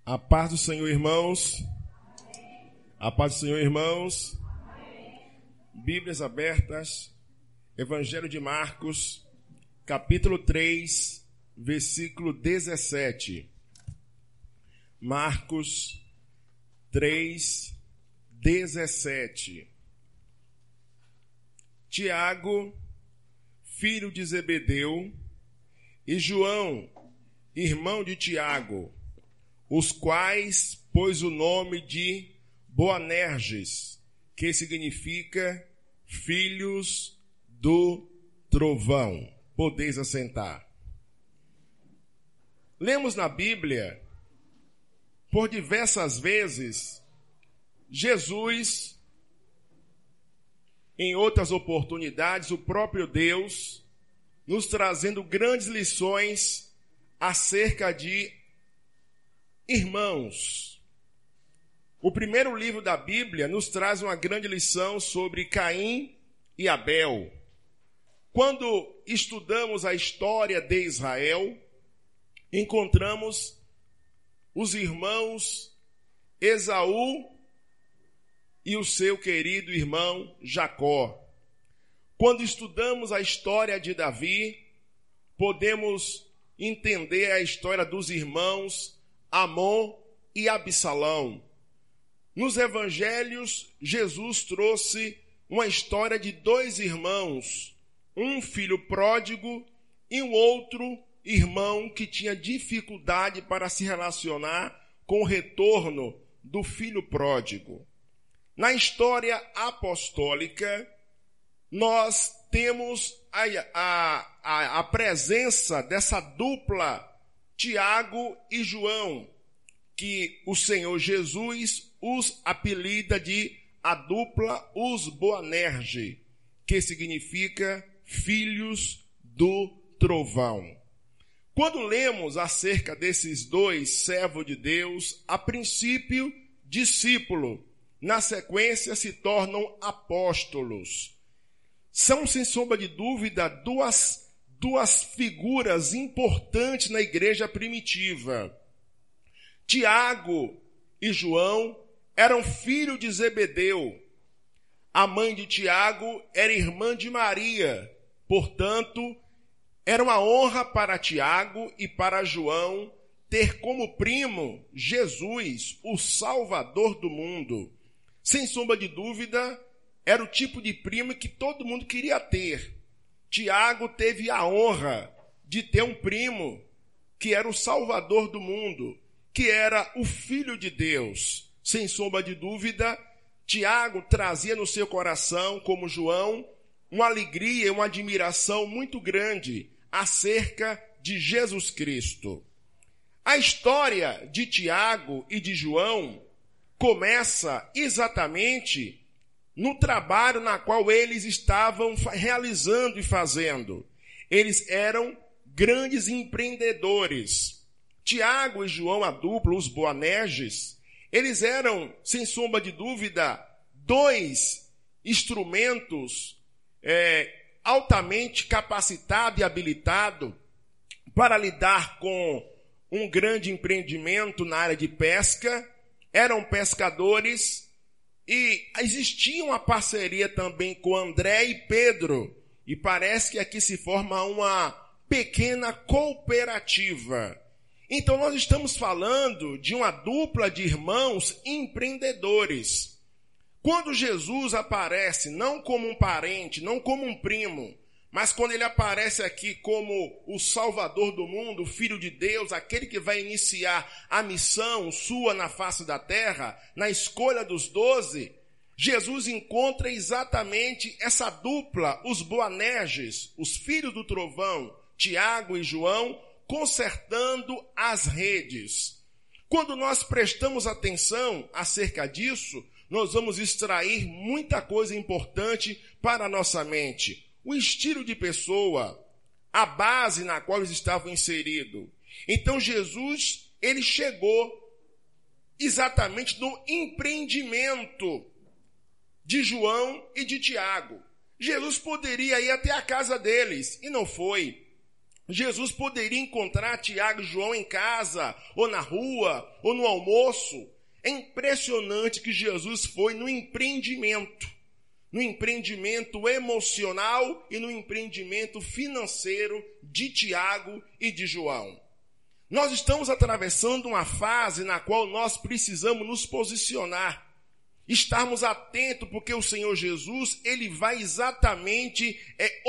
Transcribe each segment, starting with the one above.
A paz do Senhor, irmãos. A paz do Senhor, irmãos. Bíblias abertas. Evangelho de Marcos, capítulo 3, versículo 17. Marcos 3, 17. Tiago, filho de Zebedeu, e João, irmão de Tiago, os quais pôs o nome de Boanerges, que significa filhos do trovão. Podeis assentar. Lemos na Bíblia, por diversas vezes, Jesus, em outras oportunidades, o próprio Deus, nos trazendo grandes lições acerca de irmãos. O primeiro livro da Bíblia nos traz uma grande lição sobre Caim e Abel. Quando estudamos a história de Israel, encontramos os irmãos Esaú e o seu querido irmão Jacó. Quando estudamos a história de Davi, podemos entender a história dos irmãos Amon e Absalão. Nos evangelhos, Jesus trouxe uma história de dois irmãos, um filho pródigo e um outro irmão que tinha dificuldade para se relacionar com o retorno do filho pródigo. Na história apostólica, nós temos a presença dessa dupla Tiago e João, que o Senhor Jesus os apelida de a dupla os Boanerges, que significa filhos do trovão. Quando lemos acerca desses dois servos de Deus, a princípio discípulo, na sequência se tornam apóstolos. São, sem sombra de dúvida, duas figuras importantes na igreja primitiva. Tiago e João eram filhos de Zebedeu. A mãe de Tiago era irmã de Maria. Portanto, era uma honra para Tiago e para João ter como primo Jesus, o Salvador do mundo. Sem sombra de dúvida, era o tipo de primo que todo mundo queria ter. Tiago teve a honra de ter um primo que era o Salvador do mundo, que era o Filho de Deus. Sem sombra de dúvida, Tiago trazia no seu coração, como João, uma alegria e uma admiração muito grande acerca de Jesus Cristo. A história de Tiago e de João começa exatamente no trabalho na qual eles estavam realizando e fazendo. Eles eram grandes empreendedores. Tiago e João, a dupla, os Boanerges, eles eram, sem sombra de dúvida, dois instrumentos altamente capacitados e habilitados para lidar com um grande empreendimento na área de pesca. Eram pescadores. E existia uma parceria também com André e Pedro. E parece que aqui se forma uma pequena cooperativa. Então nós estamos falando de uma dupla de irmãos empreendedores. Quando Jesus aparece, não como um parente, não como um primo, mas quando ele aparece aqui como o Salvador do mundo, o Filho de Deus, aquele que vai iniciar a missão sua na face da terra, na escolha dos 12, Jesus encontra exatamente essa dupla, os Boanerges, os filhos do trovão, Tiago e João, consertando as redes. Quando nós prestamos atenção acerca disso, nós vamos extrair muita coisa importante para a nossa mente. O estilo de pessoa, a base na qual eles estavam inseridos. Então Jesus, ele chegou exatamente no empreendimento de João e de Tiago. Jesus poderia ir até a casa deles, e não foi. Jesus poderia encontrar Tiago e João em casa, ou na rua, ou no almoço. É impressionante que Jesus foi no empreendimento emocional e no empreendimento financeiro de Tiago e de João. Nós estamos atravessando uma fase na qual nós precisamos nos posicionar, estarmos atentos, porque o Senhor Jesus, ele vai exatamente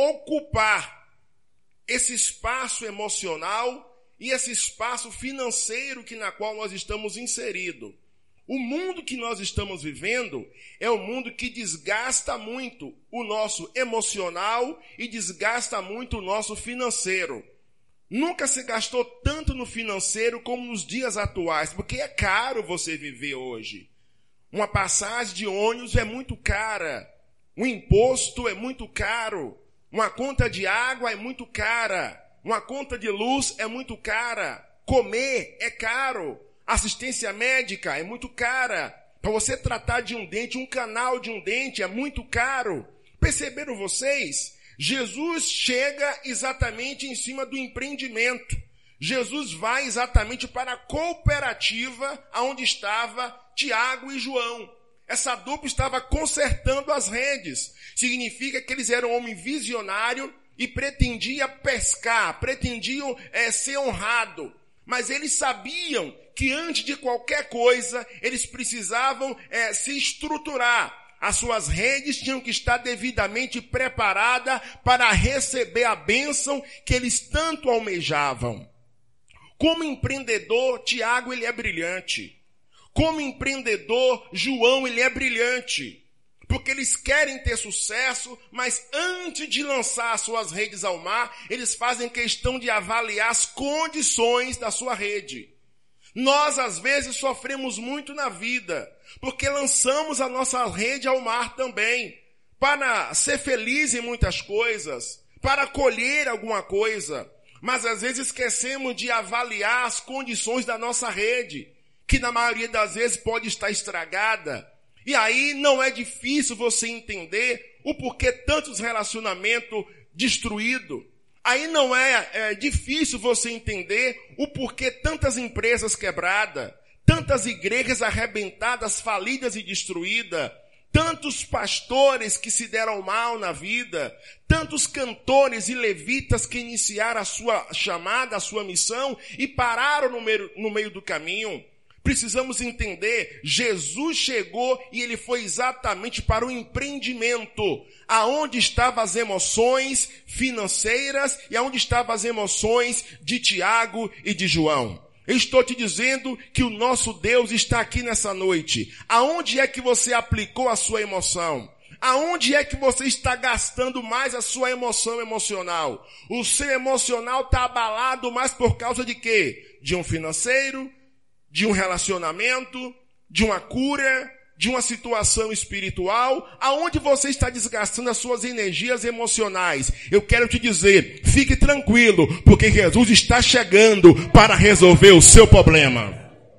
ocupar esse espaço emocional e esse espaço financeiro na qual nós estamos inseridos. O mundo que nós estamos vivendo é um mundo que desgasta muito o nosso emocional e desgasta muito o nosso financeiro. Nunca se gastou tanto no financeiro como nos dias atuais, porque é caro você viver hoje. Uma passagem de ônibus é muito cara, um imposto é muito caro, uma conta de água é muito cara, uma conta de luz é muito cara, comer é caro. Assistência médica é muito cara. Para você tratar de um dente, um canal de um dente é muito caro. Perceberam vocês? Jesus chega exatamente em cima do empreendimento. Jesus vai exatamente para a cooperativa onde estava Tiago e João. Essa dupla estava consertando as redes. Significa que eles eram homens visionários e pretendiam pescar, pretendiam ser honrados. Mas eles sabiam que antes de qualquer coisa, eles precisavam se estruturar. As suas redes tinham que estar devidamente preparadas para receber a bênção que eles tanto almejavam. Como empreendedor, Tiago ele é brilhante. Como empreendedor, João ele é brilhante. Porque eles querem ter sucesso, mas antes de lançar as suas redes ao mar, eles fazem questão de avaliar as condições da sua rede. Nós, às vezes, sofremos muito na vida, porque lançamos a nossa rede ao mar também, para ser feliz em muitas coisas, para colher alguma coisa, mas às vezes esquecemos de avaliar as condições da nossa rede, que na maioria das vezes pode estar estragada. E aí não é difícil você entender o porquê tantos relacionamentos destruídos. Aí não é difícil você entender o porquê tantas empresas quebradas, tantas igrejas arrebentadas, falidas e destruídas, tantos pastores que se deram mal na vida, tantos cantores e levitas que iniciaram a sua chamada, a sua missão e pararam no meio do caminho. Precisamos entender, Jesus chegou e ele foi exatamente para o empreendimento, aonde estavam as emoções financeiras e aonde estavam as emoções de Tiago e de João. Eu estou te dizendo que o nosso Deus está aqui nessa noite. Aonde é que você aplicou a sua emoção? Aonde é que você está gastando mais a sua emoção emocional? O seu emocional está abalado mais por causa de quê? De um financeiro, de um relacionamento, de uma cura, de uma situação espiritual, aonde você está desgastando as suas energias emocionais. Eu quero te dizer, fique tranquilo, porque Jesus está chegando para resolver o seu problema.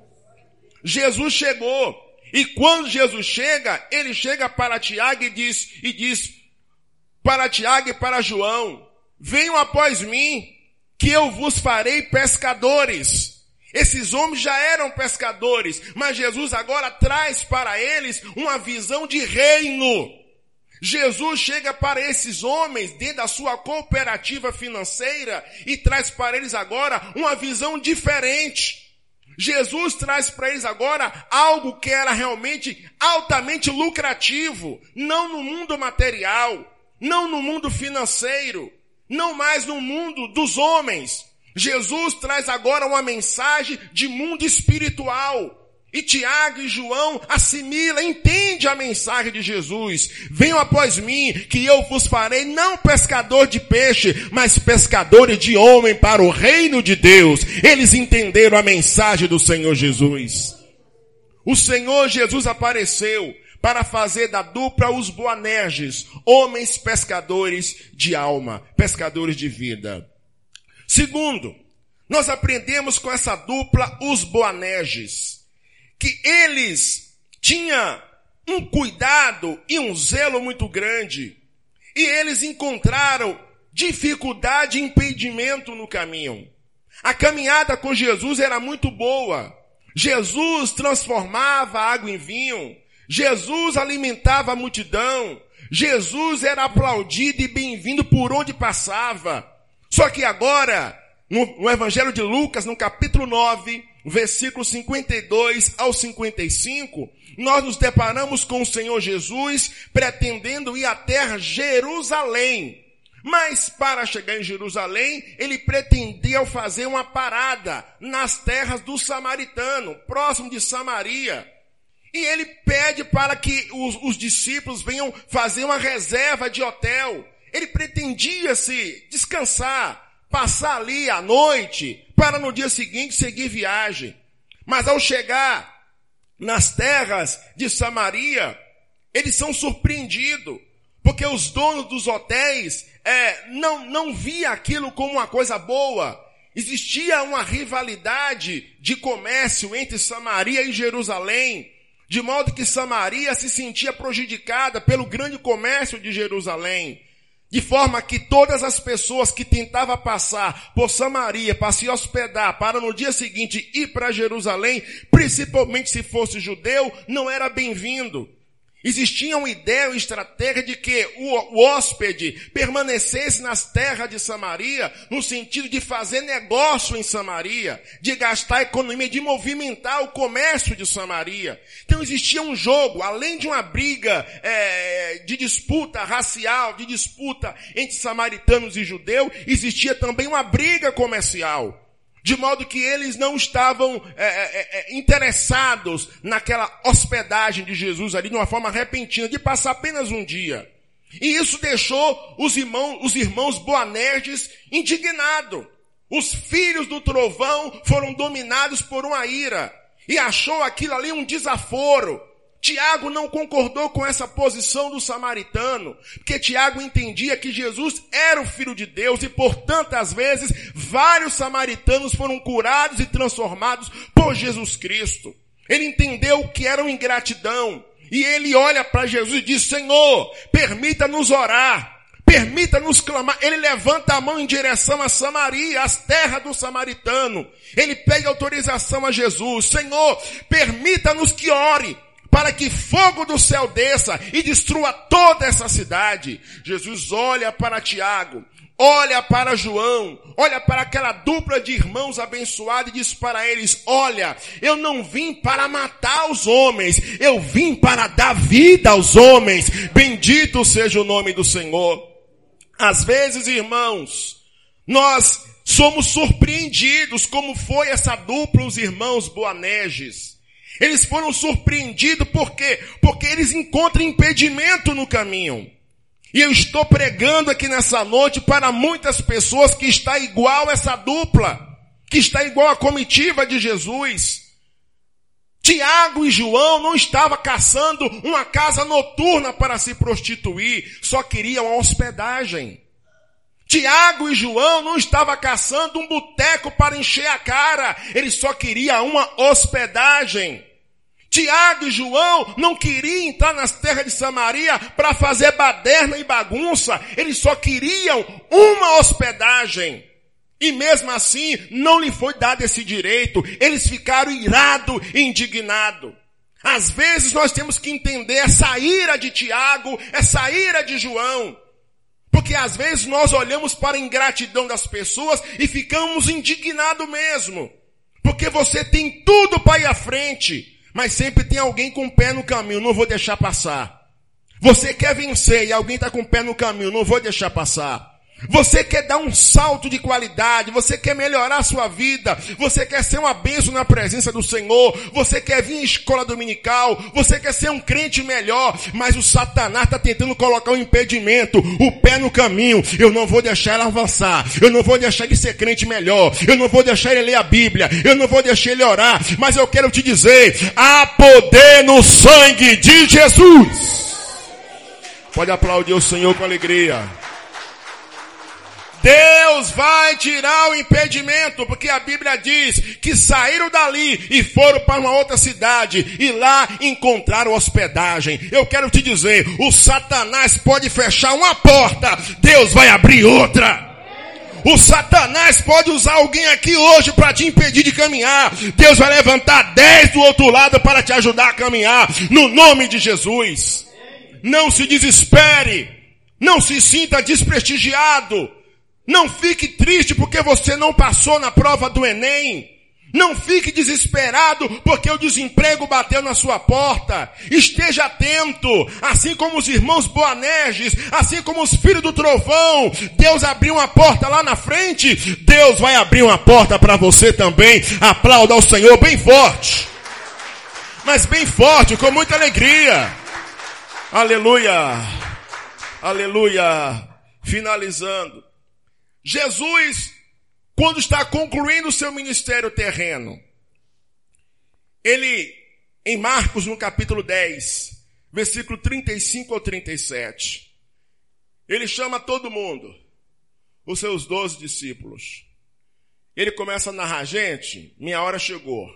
Jesus chegou, e quando Jesus chega, ele chega para Tiago e diz para Tiago e para João, venham após mim, que eu vos farei pescadores. Esses homens já eram pescadores, mas Jesus agora traz para eles uma visão de reino. Jesus chega para esses homens dentro da sua cooperativa financeira e traz para eles agora uma visão diferente. Jesus traz para eles agora algo que era realmente altamente lucrativo, não no mundo material, não no mundo financeiro, não mais no mundo dos homens. Jesus traz agora uma mensagem de mundo espiritual. E Tiago e João assimila, entende a mensagem de Jesus. Venham após mim, que eu vos farei não pescador de peixe, mas pescadores de homem para o reino de Deus. Eles entenderam a mensagem do Senhor Jesus. O Senhor Jesus apareceu para fazer da dupla os Boanerges, homens pescadores de alma, pescadores de vida. Segundo, nós aprendemos com essa dupla, os Boanerges, que eles tinham um cuidado e um zelo muito grande. E eles encontraram dificuldade e impedimento no caminho. A caminhada com Jesus era muito boa. Jesus transformava a água em vinho. Jesus alimentava a multidão. Jesus era aplaudido e bem-vindo por onde passava. Só que agora, no Evangelho de Lucas, no capítulo 9, versículos 52 ao 55, nós nos deparamos com o Senhor Jesus pretendendo ir à terra Jerusalém. Mas para chegar em Jerusalém, ele pretendia fazer uma parada nas terras do samaritano, próximo de Samaria. E ele pede para que os discípulos venham fazer uma reserva de hotel. Ele pretendia se descansar, passar ali a noite, para no dia seguinte seguir viagem. Mas ao chegar nas terras de Samaria, eles são surpreendidos, porque os donos dos hotéis não via aquilo como uma coisa boa. Existia uma rivalidade de comércio entre Samaria e Jerusalém, de modo que Samaria se sentia prejudicada pelo grande comércio de Jerusalém. De forma que todas as pessoas que tentavam passar por Samaria para se hospedar, para no dia seguinte ir para Jerusalém, principalmente se fosse judeu, não era bem-vindo. Existia uma ideia, uma estratégia de que o hóspede permanecesse nas terras de Samaria, no sentido de fazer negócio em Samaria, de gastar a economia, de movimentar o comércio de Samaria. Então existia um jogo, além de uma briga de disputa racial, de disputa entre samaritanos e judeus, existia também uma briga comercial. De modo que eles não estavam interessados naquela hospedagem de Jesus ali de uma forma repentina, de passar apenas um dia. E isso deixou os irmãos Boanerges indignados. Os filhos do trovão foram dominados por uma ira. E achou aquilo ali um desaforo. Tiago não concordou com essa posição do samaritano, porque Tiago entendia que Jesus era o Filho de Deus e por tantas vezes vários samaritanos foram curados e transformados por Jesus Cristo. Ele entendeu que era uma ingratidão e ele olha para Jesus e diz: Senhor, permita-nos orar. Permita-nos clamar. Ele levanta a mão em direção a Samaria, as terras do samaritano. Ele pede autorização a Jesus: Senhor, permita-nos que ore, para que fogo do céu desça e destrua toda essa cidade. Jesus olha para Tiago, olha para João, olha para aquela dupla de irmãos abençoados e diz para eles: olha, eu não vim para matar os homens, eu vim para dar vida aos homens. Bendito seja o nome do Senhor. Às vezes, irmãos, nós somos surpreendidos, como foi essa dupla, os irmãos Boanerges. Eles foram surpreendidos por quê? Porque eles encontram impedimento no caminho. E eu estou pregando aqui nessa noite para muitas pessoas que está igual essa dupla, que está igual a comitiva de Jesus. Tiago e João não estavam caçando uma casa noturna para se prostituir, só queriam uma hospedagem. Tiago e João não estavam caçando um boteco para encher a cara, eles só queriam uma hospedagem. Tiago e João não queriam entrar nas terras de Samaria para fazer baderna e bagunça, eles só queriam uma hospedagem. E mesmo assim, não lhe foi dado esse direito, eles ficaram irados e indignados. Às vezes nós temos que entender essa ira de Tiago, essa ira de João. Porque às vezes nós olhamos para a ingratidão das pessoas e ficamos indignados mesmo. Porque você tem tudo para ir à frente, mas sempre tem alguém com o pé no caminho, não vou deixar passar. Você quer vencer e alguém está com o pé no caminho, não vou deixar passar. Você quer dar um salto de qualidade, você quer melhorar a sua vida, você quer ser uma bênção na presença do Senhor, você quer vir à escola dominical, você quer ser um crente melhor, mas o Satanás está tentando colocar um impedimento, o pé no caminho. Eu não vou deixar ele avançar, eu não vou deixar ele ser crente melhor, eu não vou deixar ele ler a Bíblia, eu não vou deixar ele orar, mas eu quero te dizer, há poder no sangue de Jesus. Pode aplaudir o Senhor com alegria. Deus vai tirar o impedimento, porque a Bíblia diz que saíram dali e foram para uma outra cidade e lá encontraram hospedagem. Eu quero te dizer, o Satanás pode fechar uma porta, Deus vai abrir outra. O Satanás pode usar alguém aqui hoje para te impedir de caminhar. Deus vai levantar 10 do outro lado para te ajudar a caminhar, no nome de Jesus. Não se desespere, não se sinta desprestigiado. Não fique triste porque você não passou na prova do Enem. Não fique desesperado porque o desemprego bateu na sua porta. Esteja atento, assim como os irmãos Boanerges, assim como os filhos do trovão. Deus abriu uma porta lá na frente, Deus vai abrir uma porta para você também. Aplauda ao Senhor bem forte. Mas bem forte, com muita alegria. Aleluia. Aleluia. Finalizando. Jesus, quando está concluindo o seu ministério terreno, ele, em Marcos, no capítulo 10, versículo 35 ao 37, ele chama todo mundo, os seus 12 discípulos. Ele começa a narrar: gente, minha hora chegou.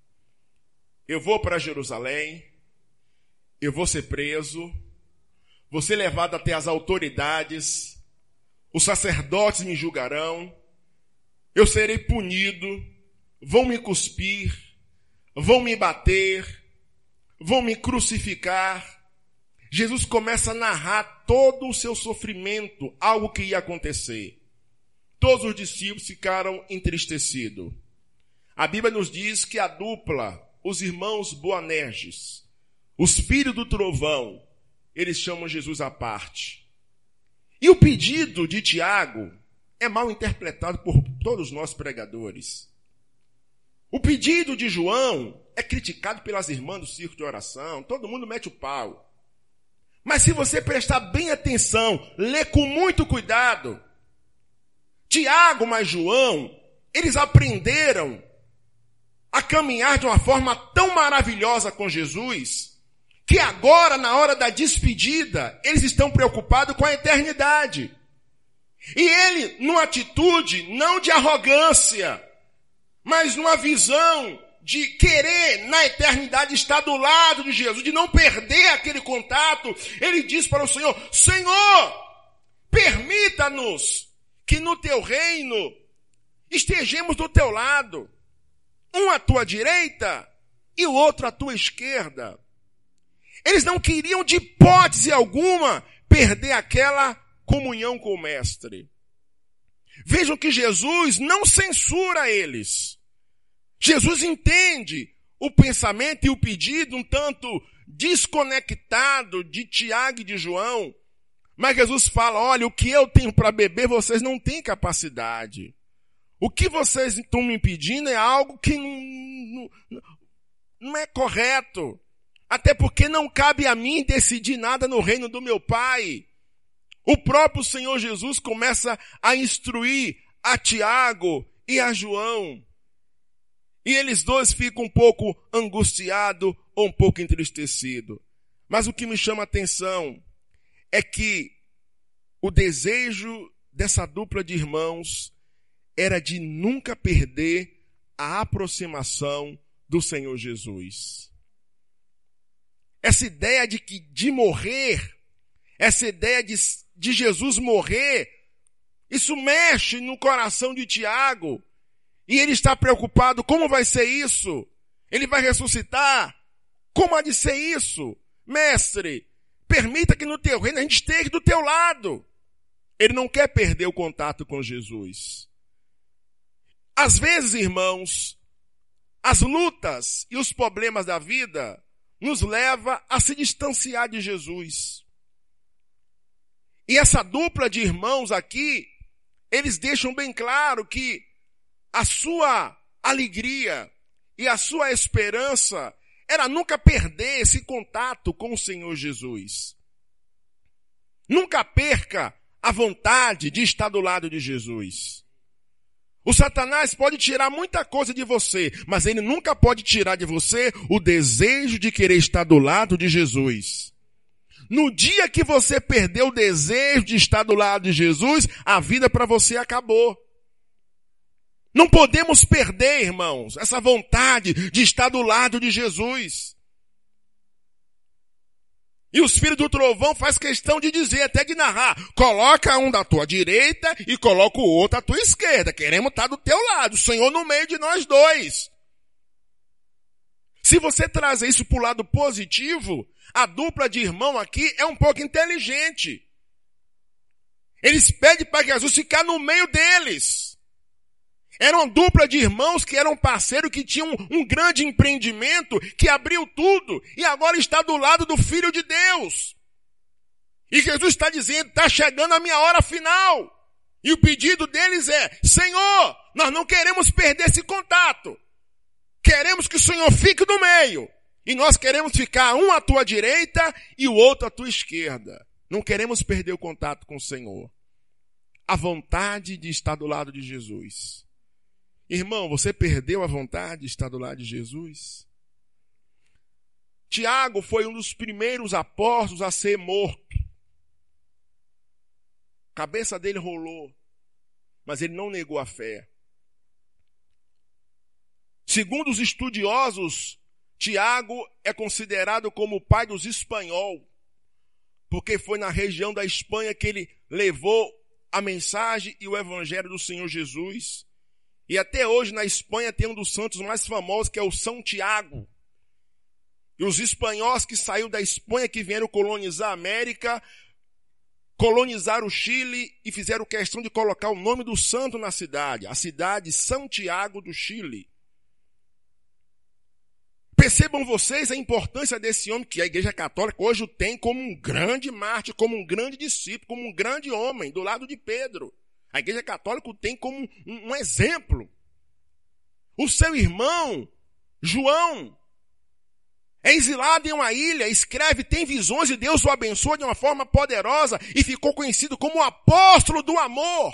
Eu vou para Jerusalém, eu vou ser preso, vou ser levado até as autoridades, os sacerdotes me julgarão, eu serei punido, vão me cuspir, vão me bater, vão me crucificar. Jesus começa a narrar todo o seu sofrimento, algo que ia acontecer. Todos os discípulos ficaram entristecidos. A Bíblia nos diz que a dupla, os irmãos Boanerges, os filhos do trovão, eles chamam Jesus à parte. E o pedido de Tiago é mal interpretado por todos nós pregadores. O pedido de João é criticado pelas irmãs do círculo de oração. Todo mundo mete o pau. Mas se você prestar bem atenção, ler com muito cuidado, Tiago mais João, eles aprenderam a caminhar de uma forma tão maravilhosa com Jesus, que agora, na hora da despedida, eles estão preocupados com a eternidade. E ele, numa atitude não de arrogância, mas numa visão de querer na eternidade estar do lado de Jesus, de não perder aquele contato, ele diz para o Senhor: Senhor, permita-nos que no teu reino estejamos do teu lado, um à tua direita e o outro à tua esquerda. Eles não queriam de hipótese alguma perder aquela comunhão com o Mestre. Vejam que Jesus não censura eles. Jesus entende o pensamento e o pedido um tanto desconectado de Tiago e de João. Mas Jesus fala: olha, o que eu tenho para beber, vocês não têm capacidade. O que vocês estão me pedindo é algo que não é correto. Até porque não cabe a mim decidir nada no reino do meu Pai. O próprio Senhor Jesus começa a instruir a Tiago e a João. E eles dois ficam um pouco angustiados ou um pouco entristecidos. Mas o que me chama a atenção é que o desejo dessa dupla de irmãos era de nunca perder a aproximação do Senhor Jesus. Essa ideia de morrer, essa ideia de Jesus morrer, isso mexe no coração de Tiago. E ele está preocupado: como vai ser isso? Ele vai ressuscitar? Como há de ser isso? Mestre, permita que no teu reino a gente esteja do teu lado. Ele não quer perder o contato com Jesus. Às vezes, irmãos, as lutas e os problemas da vida nos leva a se distanciar de Jesus. E essa dupla de irmãos aqui, eles deixam bem claro que a sua alegria e a sua esperança era nunca perder esse contato com o Senhor Jesus. Nunca perca a vontade de estar do lado de Jesus. O Satanás pode tirar muita coisa de você, mas ele nunca pode tirar de você o desejo de querer estar do lado de Jesus. No dia que você perdeu o desejo de estar do lado de Jesus, a vida para você acabou. Não podemos perder, irmãos, essa vontade de estar do lado de Jesus. E os filhos do trovão faz questão de dizer, até de narrar, coloca um da tua direita e coloca o outro à tua esquerda. Queremos estar do teu lado, o Senhor no meio de nós dois. Se você trazer isso para o lado positivo, a dupla de irmão aqui é um pouco inteligente. Eles pedem para Jesus ficar no meio deles. Era uma dupla de irmãos que eram parceiros, que tinham um grande empreendimento, que abriu tudo, e agora está do lado do Filho de Deus. E Jesus está dizendo, está chegando a minha hora final. E o pedido deles é, Senhor, nós não queremos perder esse contato. Queremos que o Senhor fique no meio. E nós queremos ficar um à tua direita e o outro à tua esquerda. Não queremos perder o contato com o Senhor. A vontade de estar do lado de Jesus. Irmão, você perdeu a vontade de estar do lado de Jesus? Tiago foi um dos primeiros apóstolos a ser morto. A cabeça dele rolou, mas ele não negou a fé. Segundo os estudiosos, Tiago é considerado como o pai dos espanhóis, porque foi na região da Espanha que ele levou a mensagem e o evangelho do Senhor Jesus. E até hoje na Espanha tem um dos santos mais famosos, que é o São Tiago. E os espanhóis que saíram da Espanha, que vieram colonizar a América, colonizaram o Chile e fizeram questão de colocar o nome do santo na cidade. A cidade São Tiago do Chile. Percebam vocês a importância desse homem que a Igreja Católica hoje o tem como um grande mártir, como um grande discípulo, como um grande homem, do lado de Pedro. A Igreja Católica o tem como um exemplo. O seu irmão, João, é exilado em uma ilha, escreve, tem visões e Deus o abençoa de uma forma poderosa e ficou conhecido como o apóstolo do amor.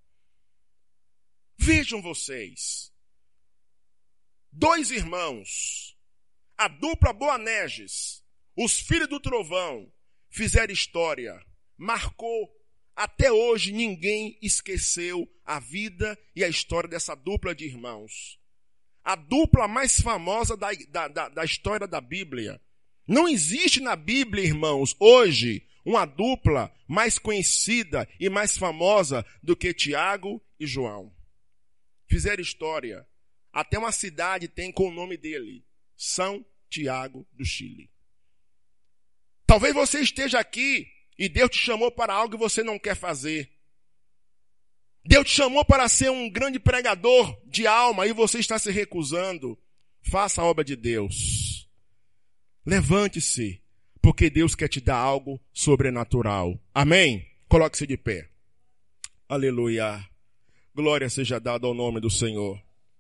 Vejam vocês, dois irmãos, a dupla Boanerges, os filhos do trovão, fizeram história, marcou. Até hoje ninguém esqueceu a vida e a história dessa dupla de irmãos. A dupla mais famosa da história da Bíblia. Não existe na Bíblia, irmãos, hoje, uma dupla mais conhecida e mais famosa do que Tiago e João. Fizeram história. Até uma cidade tem com o nome dele, São Tiago do Chile. Talvez você esteja aqui e Deus te chamou para algo que você não quer fazer. Deus te chamou para ser um grande pregador de alma e você está se recusando. Faça a obra de Deus. Levante-se, porque Deus quer te dar algo sobrenatural. Amém? Coloque-se de pé. Aleluia. Glória seja dada ao nome do Senhor.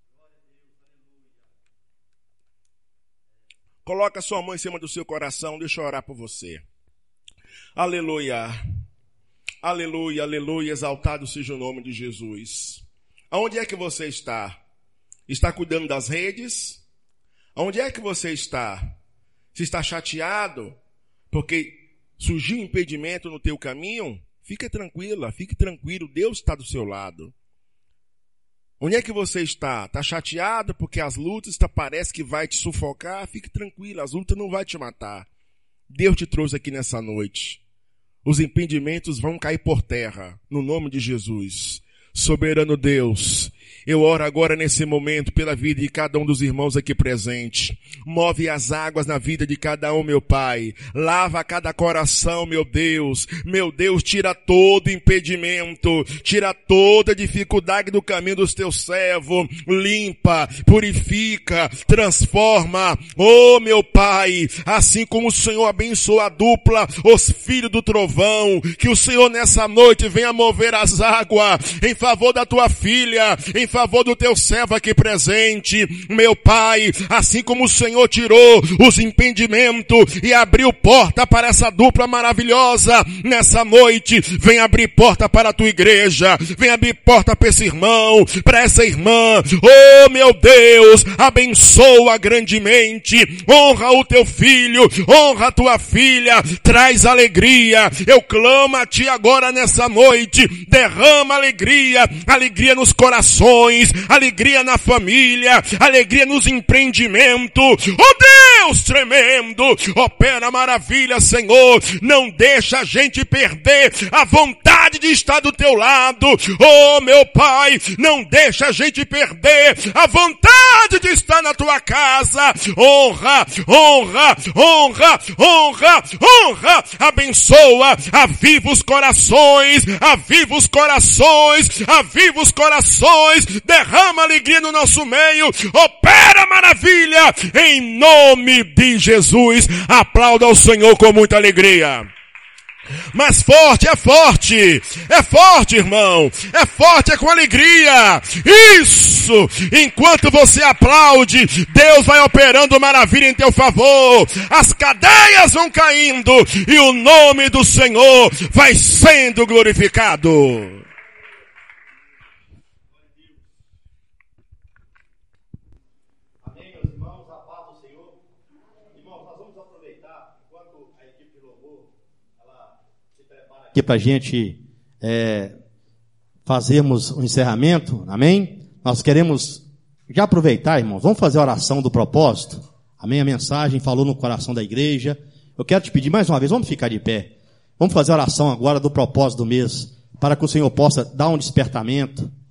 Coloque a sua mão em cima do seu coração, deixa eu orar por você. Aleluia, aleluia, aleluia, exaltado seja o nome de Jesus. Aonde é que você está? Está cuidando das redes? Aonde é que você está? Se está chateado porque surgiu um impedimento no teu caminho? Fique tranquila, fique tranquilo, Deus está do seu lado. Onde é que você está? Está chateado porque as lutas parece que vai te sufocar? Fique tranquila, as lutas não vão te matar. Deus te trouxe aqui nessa noite. Os impedimentos vão cair por terra, no nome de Jesus. Soberano Deus, eu oro agora nesse momento pela vida de cada um dos irmãos aqui presente. Move as águas na vida de cada um, meu Pai. Lava cada coração, meu Deus. Meu Deus, tira todo impedimento. Tira toda dificuldade do caminho dos teus servos. Limpa, purifica, transforma. Oh, meu Pai, assim como o Senhor abençoou a dupla, os filhos do trovão, que o Senhor nessa noite venha mover as águas em favor da tua filha, em favor do teu servo aqui presente. Meu Pai, assim como o Senhor tirou os impedimentos e abriu porta para essa dupla maravilhosa, nessa noite, vem abrir porta para a tua igreja, vem abrir porta para esse irmão, para essa irmã. Oh meu Deus, abençoa grandemente, honra o teu filho, honra a tua filha, traz alegria. Eu clamo a ti agora nessa noite, derrama alegria, alegria nos corações, alegria na família, alegria nos empreendimentos. Oh Deus tremendo, opera maravilha, Senhor, não deixa a gente perder a vontade de estar do teu lado. Oh meu Pai, não deixa a gente perder a vontade de estar na tua casa. Honra, honra, honra, honra, honra, abençoa, aviva os corações, aviva os corações, aviva os corações, derrama alegria no nosso meio, opera maravilha, em nome de Jesus. Aplauda ao Senhor com muita alegria. Mas forte, irmão, é forte, é com alegria. Isso, enquanto você aplaude, Deus vai operando maravilha em teu favor, as cadeias vão caindo e o nome do Senhor vai sendo glorificado. Aqui para a gente fazermos um encerramento, amém? Nós queremos já aproveitar, irmãos, vamos fazer a oração do propósito, amém? A mensagem falou no coração da igreja. Eu quero te pedir mais uma vez, vamos ficar de pé, vamos fazer a oração agora do propósito do mês, para que o Senhor possa dar um despertamento,